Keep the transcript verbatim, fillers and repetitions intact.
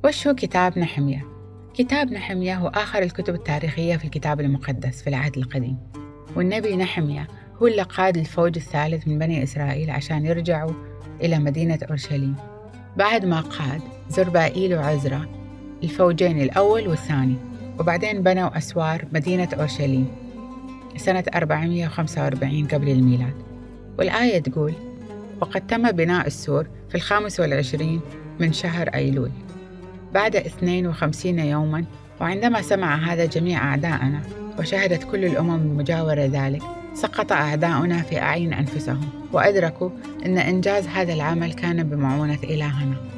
وش هو كتاب نحمية؟ كتاب نحمية هو آخر الكتب التاريخية في الكتاب المقدس في العهد القديم، والنبي نحمية هو اللي قاد الفوج الثالث من بني إسرائيل عشان يرجعوا إلى مدينة أورشليم بعد ما قاد زربائيل وعزرا الفوجين الأول والثاني، وبعدين بنوا أسوار مدينة أورشليم سنة أربعمائة وخمسة وأربعين قبل الميلاد. والآية تقول: وقد تم بناء السور في الخامس والعشرين من شهر أيلول بعد اثنين وخمسين يوماً. وعندما سمع هذا جميع أعداءنا وشهدت كل الأمم المجاورة ذلك، سقط أعداؤنا في أعين أنفسهم وأدركوا أن إنجاز هذا العمل كان بمعونة إلهنا.